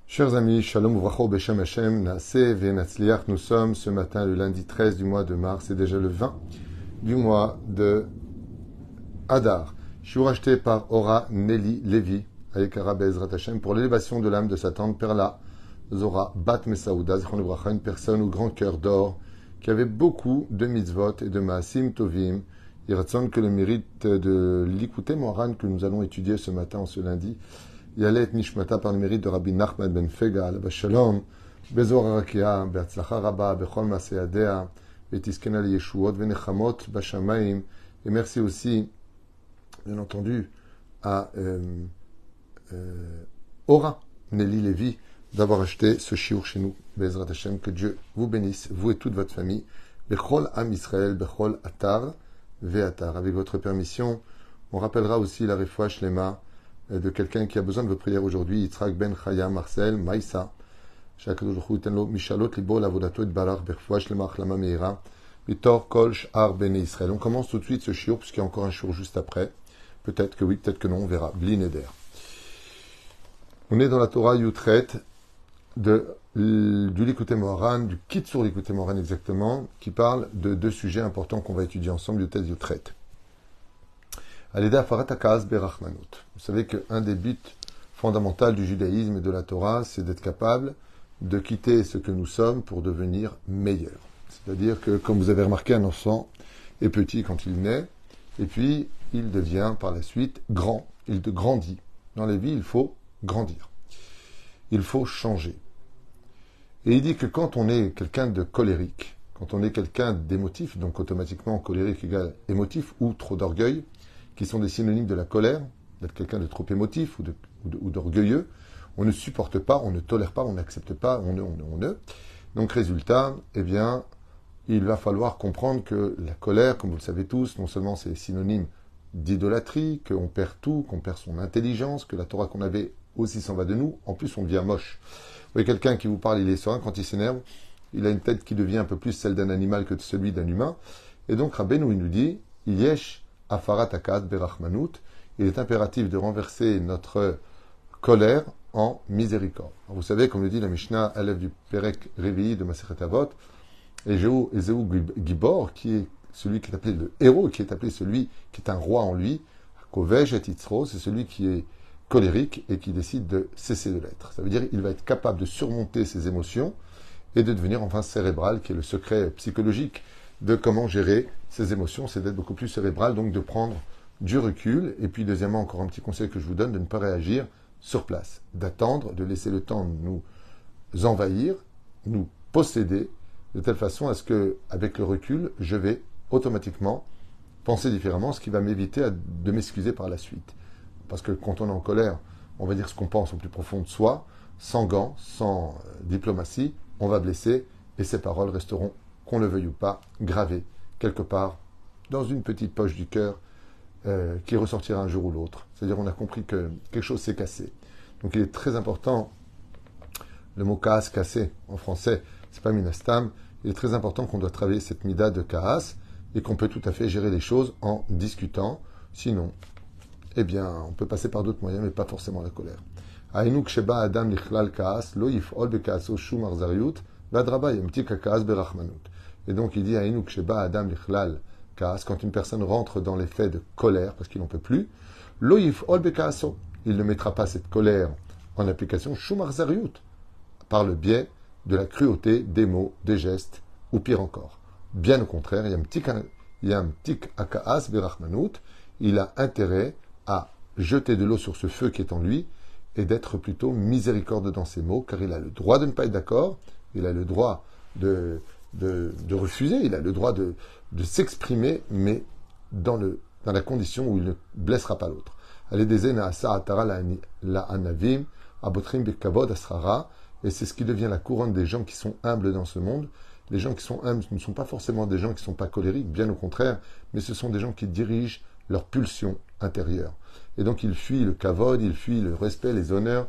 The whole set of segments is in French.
Chers amis, Shalom Uvracha Beshem Hashem, Naaseh Ve'natzliach, nous sommes ce matin le lundi 13 du mois de mars, c'est déjà le 20 du mois de Hadar. Je suis racheté par Ora Nelly Levi, avec Arabe Ezrat Hashem, pour l'élévation de l'âme de sa tante Perla Zora Bat Mesaouda, Zichron Uvracha, une personne au grand cœur d'or, qui avait beaucoup de mitzvot et de maasim tovim. Il ratson que le mérite de l'Ikouté Moharan que nous allons étudier ce matin, ce lundi, Yalet Nishmata par le mérite de Rabbi Nachman ben Fega, Alaba Shalom, Bezor Arakia, Beatzlacha Rabba, Bechol Maseadea, Betiskena Yeshuot, Venechamot, Bashamaim. Et merci aussi, bien entendu, à Ora Nelly Levi d'avoir acheté ce shiur chez nous. Bezrat Hashem, que Dieu vous bénisse, vous et toute votre famille. Bechol Am Israël, Bechol Atar, Ve'atar. Avec votre permission, on rappellera aussi la refoua shlema de quelqu'un qui a besoin de vos prières aujourd'hui, Yitzhak ben Chaya, Marcel, Maïsa, Shakadosh Baruch Hu iten lo mishalot libo lavodato et barach berfoua shlema achlama meira, mitor kol sh'ar bnei Israël. On commence tout de suite ce shiur, puisqu'il y a encore un shiur juste après. Peut-être que oui, peut-être que non, on verra. Bli neder. On est dans la Torah Yutret du Likutei Moharan, du Kitzur Likutei Moharan exactement, qui parle de deux sujets importants qu'on va étudier ensemble, Yutet Yutret. Aleda Farat Hakaz Berachmanut. Vous savez qu'un des buts fondamentaux du judaïsme et de la Torah, c'est d'être capable de quitter ce que nous sommes pour devenir meilleur. C'est-à-dire que, comme vous avez remarqué, un enfant est petit quand il naît, et puis il devient par la suite grand, il grandit. Dans la vie, il faut grandir. Il faut changer. Et il dit que quand on est quelqu'un de colérique, quand on est quelqu'un d'émotif, donc automatiquement colérique égale émotif, ou trop d'orgueil, qui sont des synonymes de la colère, d'être quelqu'un de trop émotif ou d'orgueilleux, on ne supporte pas, on ne tolère pas, on n'accepte pas, on ne. Donc résultat, eh bien, il va falloir comprendre que la colère, comme vous le savez tous, non seulement c'est synonyme d'idolâtrie, qu'on perd tout, qu'on perd son intelligence, que la Torah qu'on avait aussi s'en va de nous, en plus on devient moche. Vous voyez quelqu'un qui vous parle, il est serein, quand il s'énerve, il a une tête qui devient un peu plus celle d'un animal que celui d'un humain. Et donc Rabbeinu, il nous dit, Yesh Afarat Hakaz Berachmanut, il est impératif de renverser notre colère en miséricorde. Alors vous savez, comme le dit la Mishnah, élève du Perek Revi'i de Masechet Avot, et Ezeu Gibor, qui est celui qui est appelé le héros, qui est appelé celui qui est un roi en lui, Kovesh et Yitzro, c'est celui qui est colérique et qui décide de cesser de l'être. Ça veut dire qu'il va être capable de surmonter ses émotions et de devenir enfin cérébral, qui est le secret psychologique de comment gérer ses émotions, c'est d'être beaucoup plus cérébral, donc de prendre du recul. Et puis deuxièmement, encore un petit conseil que je vous donne, de ne pas réagir sur place, d'attendre, de laisser le temps de nous envahir, nous posséder, de telle façon à ce que, avec le recul, je vais automatiquement penser différemment, ce qui va m'éviter de m'excuser par la suite. Parce que quand on est en colère, on va dire ce qu'on pense au plus profond de soi, sans gants, sans diplomatie, on va blesser et ces paroles resteront, qu'on le veuille ou pas, gravées quelque part dans une petite poche du cœur qui ressortira un jour ou l'autre. C'est-à-dire on a compris que quelque chose s'est cassé. Donc il est très important, le mot kaas, cassé, en français, c'est pas minastam, il est très important qu'on doit travailler cette mida de kaas et qu'on peut tout à fait gérer les choses en discutant. Sinon, eh bien, on peut passer par d'autres moyens, mais pas forcément la colère. Aïnouk sheba adam lichlal kaas, lo yif'ol bekaaso shum arzariut, vadraba yemtik kaas berachmanut. Et donc il dit Aïnouk sheba adam lichlal kaas, quand une personne rentre dans l'effet de colère, parce qu'il n'en peut plus, lo yif'ol bekaaso, il ne mettra pas cette colère en application shum arzariut, par le biais de la cruauté des mots, des gestes, ou pire encore. Bien au contraire, yemtik akaas berachmanut, il a intérêt à jeter de l'eau sur ce feu qui est en lui et d'être plutôt miséricordieux dans ses mots, car il a le droit de ne pas être d'accord, il a le droit de refuser, il a le droit de s'exprimer, mais dans la condition où il ne blessera pas l'autre. Et c'est ce qui devient la couronne des gens qui sont humbles dans ce monde. Les gens qui sont humbles ne sont pas forcément des gens qui ne sont pas colériques, bien au contraire, mais ce sont des gens qui dirigent leur pulsion intérieure. Et donc il fuit le kavod, il fuit le respect, les honneurs.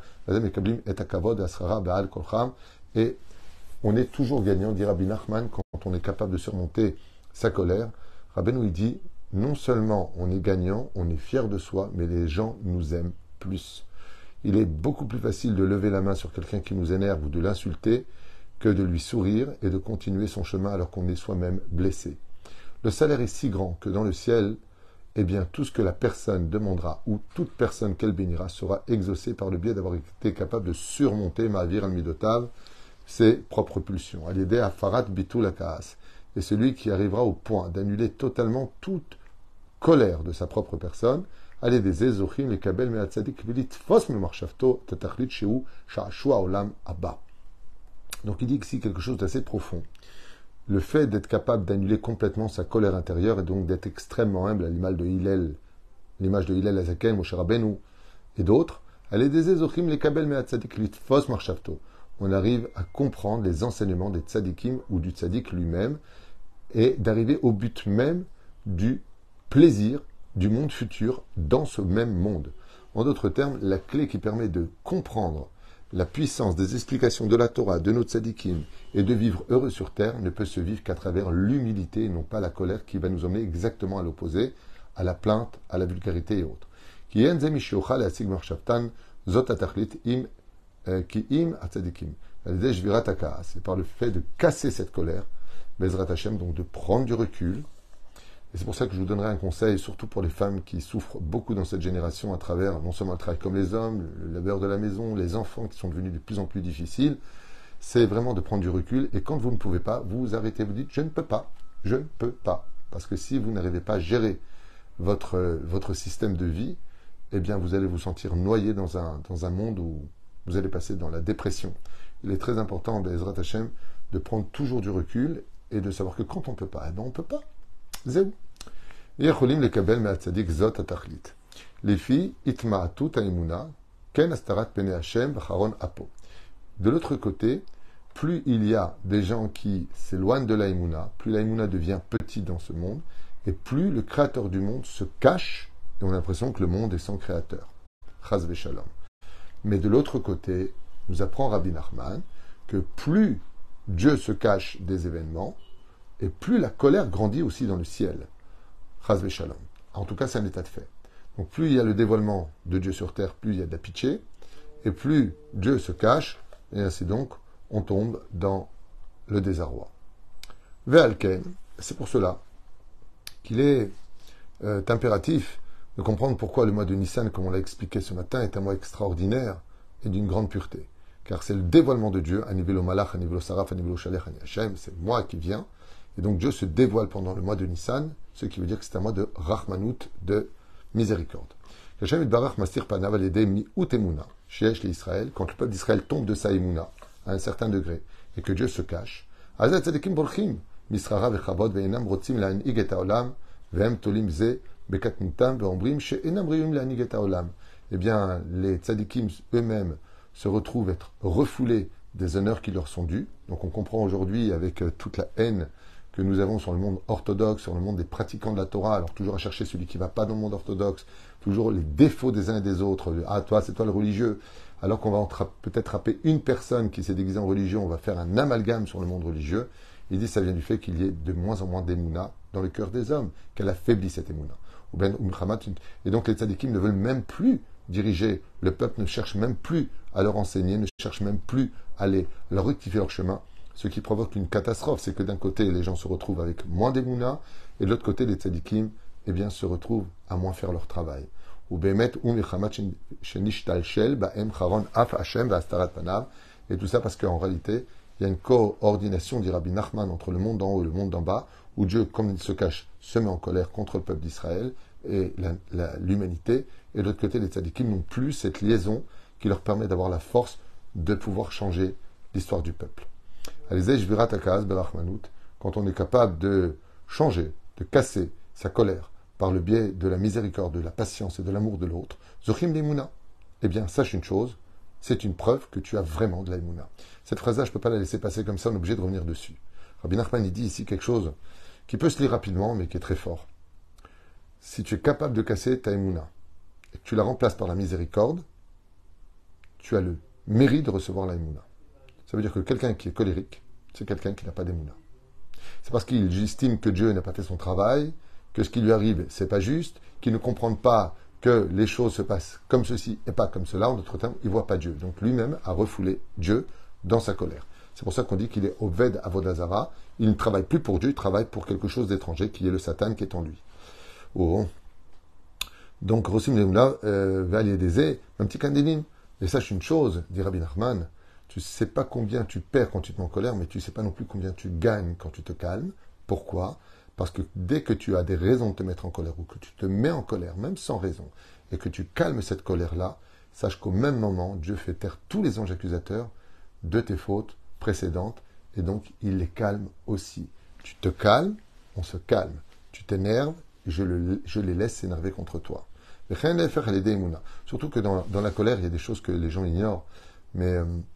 Et on est toujours gagnant, dit Rabbi Nachman, quand on est capable de surmonter sa colère. Rabbeinu il dit, non seulement on est gagnant, on est fier de soi, mais les gens nous aiment plus. Il est beaucoup plus facile de lever la main sur quelqu'un qui nous énerve ou de l'insulter que de lui sourire et de continuer son chemin alors qu'on est soi-même blessé. Le salaire est si grand que dans le ciel, eh bien, tout ce que la personne demandera ou toute personne qu'elle bénira sera exaucé par le biais d'avoir été capable de surmonter Ma'avir al-Midotav, ses propres pulsions. À l'aider à Farat Bitul Akaas. Et celui qui arrivera au point d'annuler totalement toute colère de sa propre personne, allez des Ezochim, les Kabel, Me'atzadik, Vilit, Fos, Memarchavto, Tatachlit, Sheu, Sha'ashua, Olam, Abba. Donc il dit ici quelque chose d'assez profond. Le fait d'être capable d'annuler complètement sa colère intérieure et donc d'être extrêmement humble à l'image de Hillel Azaken, Moshe Rabbeinu et d'autres, allez des Ezochim, les Kabel, Me'atzadik, Vilit, Fos, Marchavto. On arrive à comprendre les enseignements des tzadikim ou du tzadik lui-même et d'arriver au but même du plaisir du monde futur dans ce même monde. En d'autres termes, la clé qui permet de comprendre la puissance des explications de la Torah, de nos tzadikim et de vivre heureux sur terre ne peut se vivre qu'à travers l'humilité et non pas la colère qui va nous emmener exactement à l'opposé, à la plainte, à la vulgarité et autres. Ki en zemi shiochal asig marshaftan zot atachlit im Ki'im atzadikim. C'est par le fait de casser cette colère, Bezrat Hashem, donc de prendre du recul. Et c'est pour ça que je vous donnerai un conseil, surtout pour les femmes qui souffrent beaucoup dans cette génération à travers non seulement le travail comme les hommes, le labeur de la maison, les enfants qui sont devenus de plus en plus difficiles. C'est vraiment de prendre du recul. Et quand vous ne pouvez pas, vous vous arrêtez, vous dites je ne peux pas, je ne peux pas. Parce que si vous n'arrivez pas à gérer votre système de vie, eh bien vous allez vous sentir noyé dans un monde où vous allez passer dans la dépression. Il est très important, Bezrat Hashem, de prendre toujours du recul et de savoir que quand on ne peut pas, eh bien on ne peut pas. Zéou. Yecholim lekabel me'atzadik zot atachlit. Les filles, itma'atu ta'imuna, ken astarat pene Hashem v'charon apo. De l'autre côté, plus il y a des gens qui s'éloignent de l'Aïmouna, plus l'Aïmouna devient petit dans ce monde, et plus le créateur du monde se cache, et on a l'impression que le monde est sans créateur. Chaz v'shalom. Mais de l'autre côté, nous apprend Rabbi Nachman que plus Dieu se cache des événements, et plus la colère grandit aussi dans le ciel. Chaz v'shalom. En tout cas, c'est un état de fait. Donc plus il y a le dévoilement de Dieu sur terre, plus il y a de la pitié, et plus Dieu se cache, et ainsi donc, on tombe dans le désarroi. Ve'alken, c'est pour cela qu'il est impératif de comprendre pourquoi le mois de Nissan, comme on l'a expliqué ce matin, est un mois extraordinaire et d'une grande pureté. Car c'est le dévoilement de Dieu, à niveau malach, à niveau saraf, à niveau shalech, à Hashem, c'est moi qui viens. Et donc Dieu se dévoile pendant le mois de Nissan, ce qui veut dire que c'est un mois de Rahmanout, de miséricorde. Hashem itbarach mastir panav al-yedei mi'ut emuna, sheyesh l'Israël, quand le peuple d'Israël tombe de sa emuna, à un certain degré, et que Dieu se cache, azat tzadikim borchim, misrara vechabod ve'enam rotzim la'an'ig et ha'olam, ve'em tolim ze bekatnutam ve'ombrim she'enam riyum la'an'ig et ha'olam. Eh bien, les tzadikim eux-mêmes se retrouvent être refoulés des honneurs qui leur sont dus. Donc on comprend aujourd'hui, avec toute la haine que nous avons sur le monde orthodoxe, sur le monde des pratiquants de la Torah, alors toujours à chercher celui qui ne va pas dans le monde orthodoxe, toujours les défauts des uns et des autres. Ah, toi, c'est toi le religieux. Alors qu'on va peut-être frapper une personne qui s'est déguisée en religieux, on va faire un amalgame sur le monde religieux. Il dit que ça vient du fait qu'il y ait de moins en moins d'émouna dans le cœur des hommes, qu'elle affaiblit cette émouna. Et donc les tzadikim ne veulent même plus diriger, le peuple ne cherche même plus à leur enseigner, ne cherche même plus à leur rectifier leur chemin. Ce qui provoque une catastrophe, c'est que d'un côté, les gens se retrouvent avec moins d'émouna, et de l'autre côté, les tzadikim, eh bien, se retrouvent à moins faire leur travail. Et tout ça parce qu'en réalité, il y a une coordination, dit Rabbi Nachman, entre le monde d'en haut et le monde d'en bas, où Dieu, comme il se cache, se met en colère contre le peuple d'Israël et l'humanité, et de l'autre côté, les tzadikim n'ont plus cette liaison qui leur permet d'avoir la force de pouvoir changer l'histoire du peuple. Quand on est capable de changer, de casser sa colère par le biais de la miséricorde, de la patience et de l'amour de l'autre, Zochim l'Emouna, eh bien, sache une chose, c'est une preuve que tu as vraiment de l'Emouna. Cette phrase-là, je ne peux pas la laisser passer comme ça, on est obligé de revenir dessus. Rabbi Nachman, il dit ici quelque chose qui peut se lire rapidement, mais qui est très fort. Si tu es capable de casser ta Emouna, et que tu la remplaces par la miséricorde, tu as le mérite de recevoir la Emouna. Ça veut dire que quelqu'un qui est colérique, c'est quelqu'un qui n'a pas d'Emouna. C'est parce qu'il estime que Dieu n'a pas fait son travail, que ce qui lui arrive, c'est pas juste, qu'il ne comprend pas que les choses se passent comme ceci et pas comme cela, en d'autres termes, il ne voit pas Dieu. Donc lui-même a refoulé Dieu dans sa colère. C'est pour ça qu'on dit qu'il est Oved Avodazara. Il ne travaille plus pour Dieu, il travaille pour quelque chose d'étranger, qui est le Satan qui est en lui. Oh. Donc, Rosim Leoula, Valiédézé, un petit candéline. Et sache une chose, dit Rabbi Nachman, tu ne sais pas combien tu perds quand tu te mets en colère, mais tu ne sais pas non plus combien tu gagnes quand tu te calmes. Pourquoi ? Parce que dès que tu as des raisons de te mettre en colère, ou que tu te mets en colère, même sans raison, et que tu calmes cette colère-là, sache qu'au même moment, Dieu fait taire tous les anges accusateurs de tes fautes précédentes, et donc il les calme aussi. Tu te calmes, on se calme. Tu t'énerves, je les laisse s'énerver contre toi. Surtout que dans la colère, il y a des choses que les gens ignorent. Mais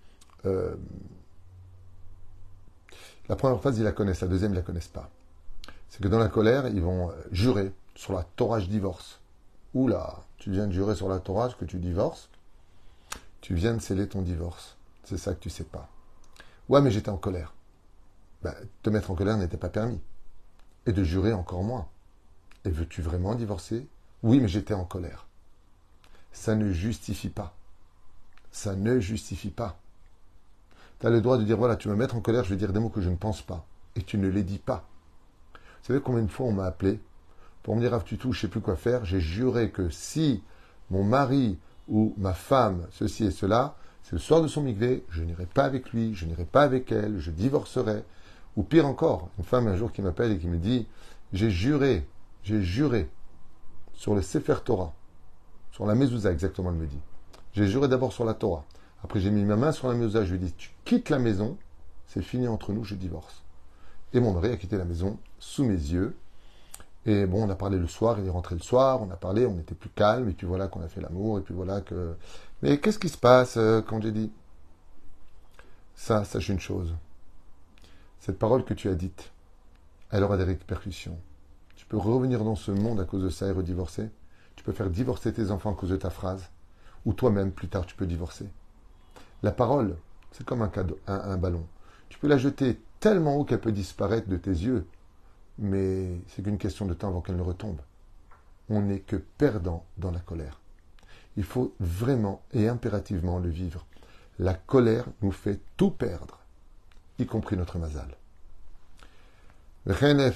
la première phase, ils la connaissent. La deuxième, ils ne la connaissent pas. C'est que dans la colère, ils vont jurer sur la Torah, je divorce. Oula, tu viens de jurer sur la Torah que tu divorces. Tu viens de sceller ton divorce. C'est ça que tu ne sais pas. Ouais, mais j'étais en colère. Te mettre en colère n'était pas permis. Et de jurer encore moins. Et veux-tu vraiment divorcer ? Oui, mais j'étais en colère. Ça ne justifie pas. Ça ne justifie pas. Tu as le droit de dire, voilà, tu vas me mettre en colère, je vais dire des mots que je ne pense pas. Et tu ne les dis pas. Vous savez combien de fois on m'a appelé pour me dire, Rav Tutu, je ne sais plus quoi faire. J'ai juré que si mon mari ou ma femme, ceci et cela, c'est le soir de son mikvé, je n'irai pas avec lui, je n'irai pas avec elle, je divorcerai. Ou pire encore, une femme un jour qui m'appelle et qui me dit, j'ai juré sur le Sefer Torah, sur la Mezouza exactement, elle me dit. J'ai juré d'abord sur la Torah. Après, j'ai mis ma main sur la Mezouza, je lui ai dit, tu quittes la maison, c'est fini entre nous, je divorce. Et mon mari a quitté la maison sous mes yeux. Et bon, on a parlé le soir, il est rentré le soir, on a parlé, on était plus calme, et puis voilà qu'on a fait l'amour, et puis voilà que... Mais qu'est-ce qui se passe quand j'ai dit ça, sache une chose. Cette parole que tu as dite, elle aura des répercussions. Tu peux revenir dans ce monde à cause de ça et redivorcer. Tu peux faire divorcer tes enfants à cause de ta phrase. Ou toi-même, plus tard, tu peux divorcer. La parole, c'est comme un ballon. Tu peux la jeter tellement haut qu'elle peut disparaître de tes yeux. Mais c'est qu'une question de temps avant qu'elle ne retombe. On n'est que perdant dans la colère. Il faut vraiment et impérativement le vivre. La colère nous fait tout perdre, y compris notre mazal. Et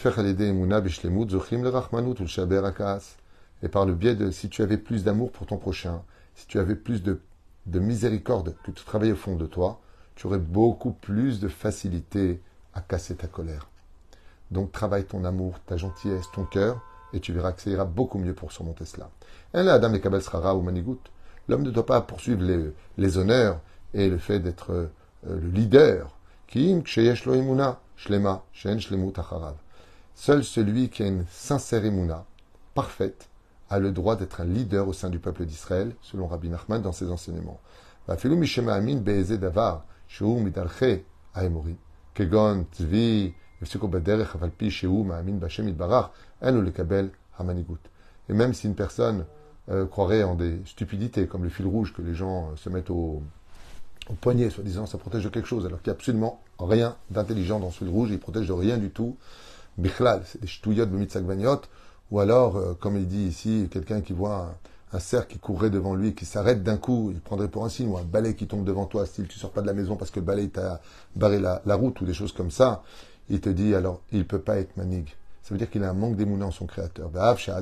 par le biais de, si tu avais plus d'amour pour ton prochain, si tu avais plus de miséricorde que tu travailles au fond de toi, tu aurais beaucoup plus de facilité à casser ta colère. Donc travaille ton amour, ta gentillesse, ton cœur, et tu verras que ça ira beaucoup mieux pour surmonter cela. L'homme ne doit pas poursuivre les honneurs et le fait d'être le leader. Seul celui qui a une sincère émouna, parfaite, a le droit d'être un leader au sein du peuple d'Israël, selon Rabbi Nachman dans ses enseignements. Et même si une personne croirait en des stupidités, comme le fil rouge que les gens se mettent au poignet, soi-disant, ça protège de quelque chose, alors qu'il n'y a absolument rien d'intelligent dans ce fil rouge, il protège de rien du tout. Bichlal, c'est des ch'touillots de mitzakvaniot, ou alors, comme il dit ici, quelqu'un qui voit un cerf qui courrait devant lui, qui s'arrête d'un coup, il prendrait pour un signe, ou un balai qui tombe devant toi, style tu sors pas de la maison parce que le balai t'a barré la route, ou des choses comme ça, il te dit, alors, il ne peut pas être manig. Ça veut dire qu'il a un manque d'émouna en son créateur.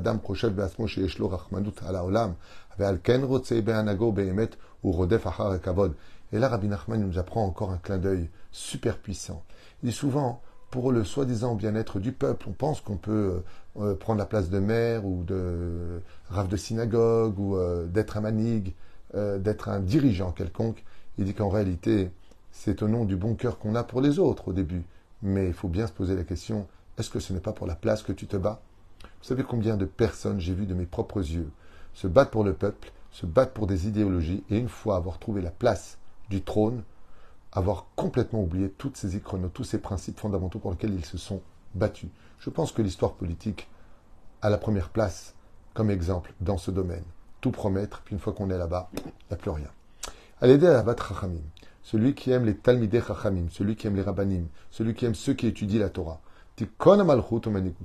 Et là, Rabbi Nachman nous apprend encore un clin d'œil super puissant. Il dit souvent, pour le soi-disant bien-être du peuple, on pense qu'on peut prendre la place de maire ou de rave de synagogue ou d'être un manig, d'être un dirigeant quelconque. Il dit qu'en réalité, c'est au nom du bon cœur qu'on a pour les autres au début. Mais il faut bien se poser la question, est-ce que ce n'est pas pour la place que tu te bats ? Vous savez combien de personnes j'ai vu de mes propres yeux se battre pour le peuple, se battre pour des idéologies, et une fois avoir trouvé la place du trône, avoir complètement oublié toutes ces ichronos, tous ces principes fondamentaux pour lesquels ils se sont battus. Je pense que l'histoire politique a la première place comme exemple dans ce domaine. Tout promettre, puis une fois qu'on est là-bas, il n'y a plus rien. Allez à Abat Chachamim, celui qui aime les Talmidei Chachamim, celui qui aime les Rabbanim, celui qui aime ceux qui étudient la Torah. Tikon Malchut Manigut.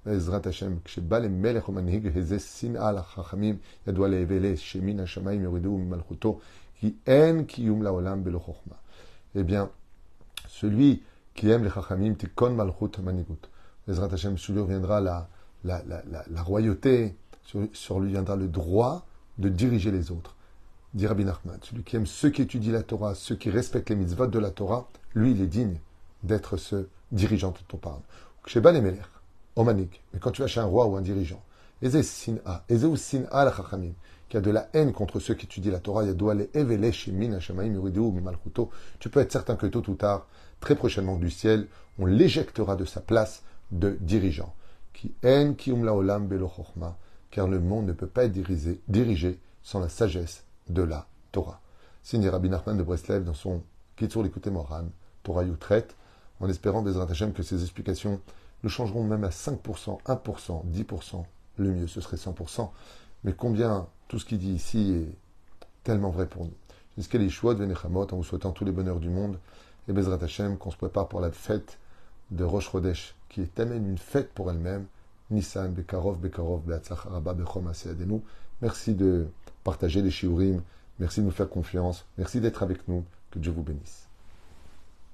בעזרת השם, כשבא למלך או מנהיג, איזה שנאה לחכמים, ידוע להבלה, שמן השמיים יורידו ממלכותו, כי אין קיום לעולם בלא חוכמה. Eh bien, celui qui aime les chachamim, tikon malchut manigut. Bezrat Hashem, sur lui viendra la royauté, sur lui viendra le droit de diriger les autres. Dit Rabbi Nachman, celui qui aime ceux qui étudient la Torah, ceux qui respectent les mitzvot de la Torah, lui, il est digne d'être ce dirigeant dont on parle. Chez Bal Melech, Omanik, mais quand tu vas chez un roi ou un dirigeant, Eze Sin'a, Eze ou Sin'a la Chachamim, qui a de la haine contre ceux qui étudient la Torah, Yadoua le Evele Shemin Hashamaim Yurideu Mimalchuto, tu peux être certain que tôt ou tard, très prochainement du ciel, on l'éjectera de sa place de dirigeant. Qui haine Kiyum Laolam Belo Chochma, car le monde ne peut pas être dirigé sans la sagesse de la Torah. Signe Rabbi Nachman de Breslev dans son Kitzur Likutei Moharan, Torah Yutret, en espérant Bezrat Hashem que ces explications le changeront même à 5%, 1%, 10%, le mieux ce serait 100%, mais combien tout ce qu'il dit ici est tellement vrai pour nous. Jusqu'à l'Ishuot Venechamot, en vous souhaitant tous les bonheurs du monde, et Bezrat Hashem, qu'on se prépare pour la fête de Rosh Chodesh, qui est elle-même une fête pour elle-même, Nissan, Bekarov, Be'atzach Rabba, Bechom Aseadenu. Merci de partager les shiurim, merci de nous faire confiance, merci d'être avec nous, que Dieu vous bénisse.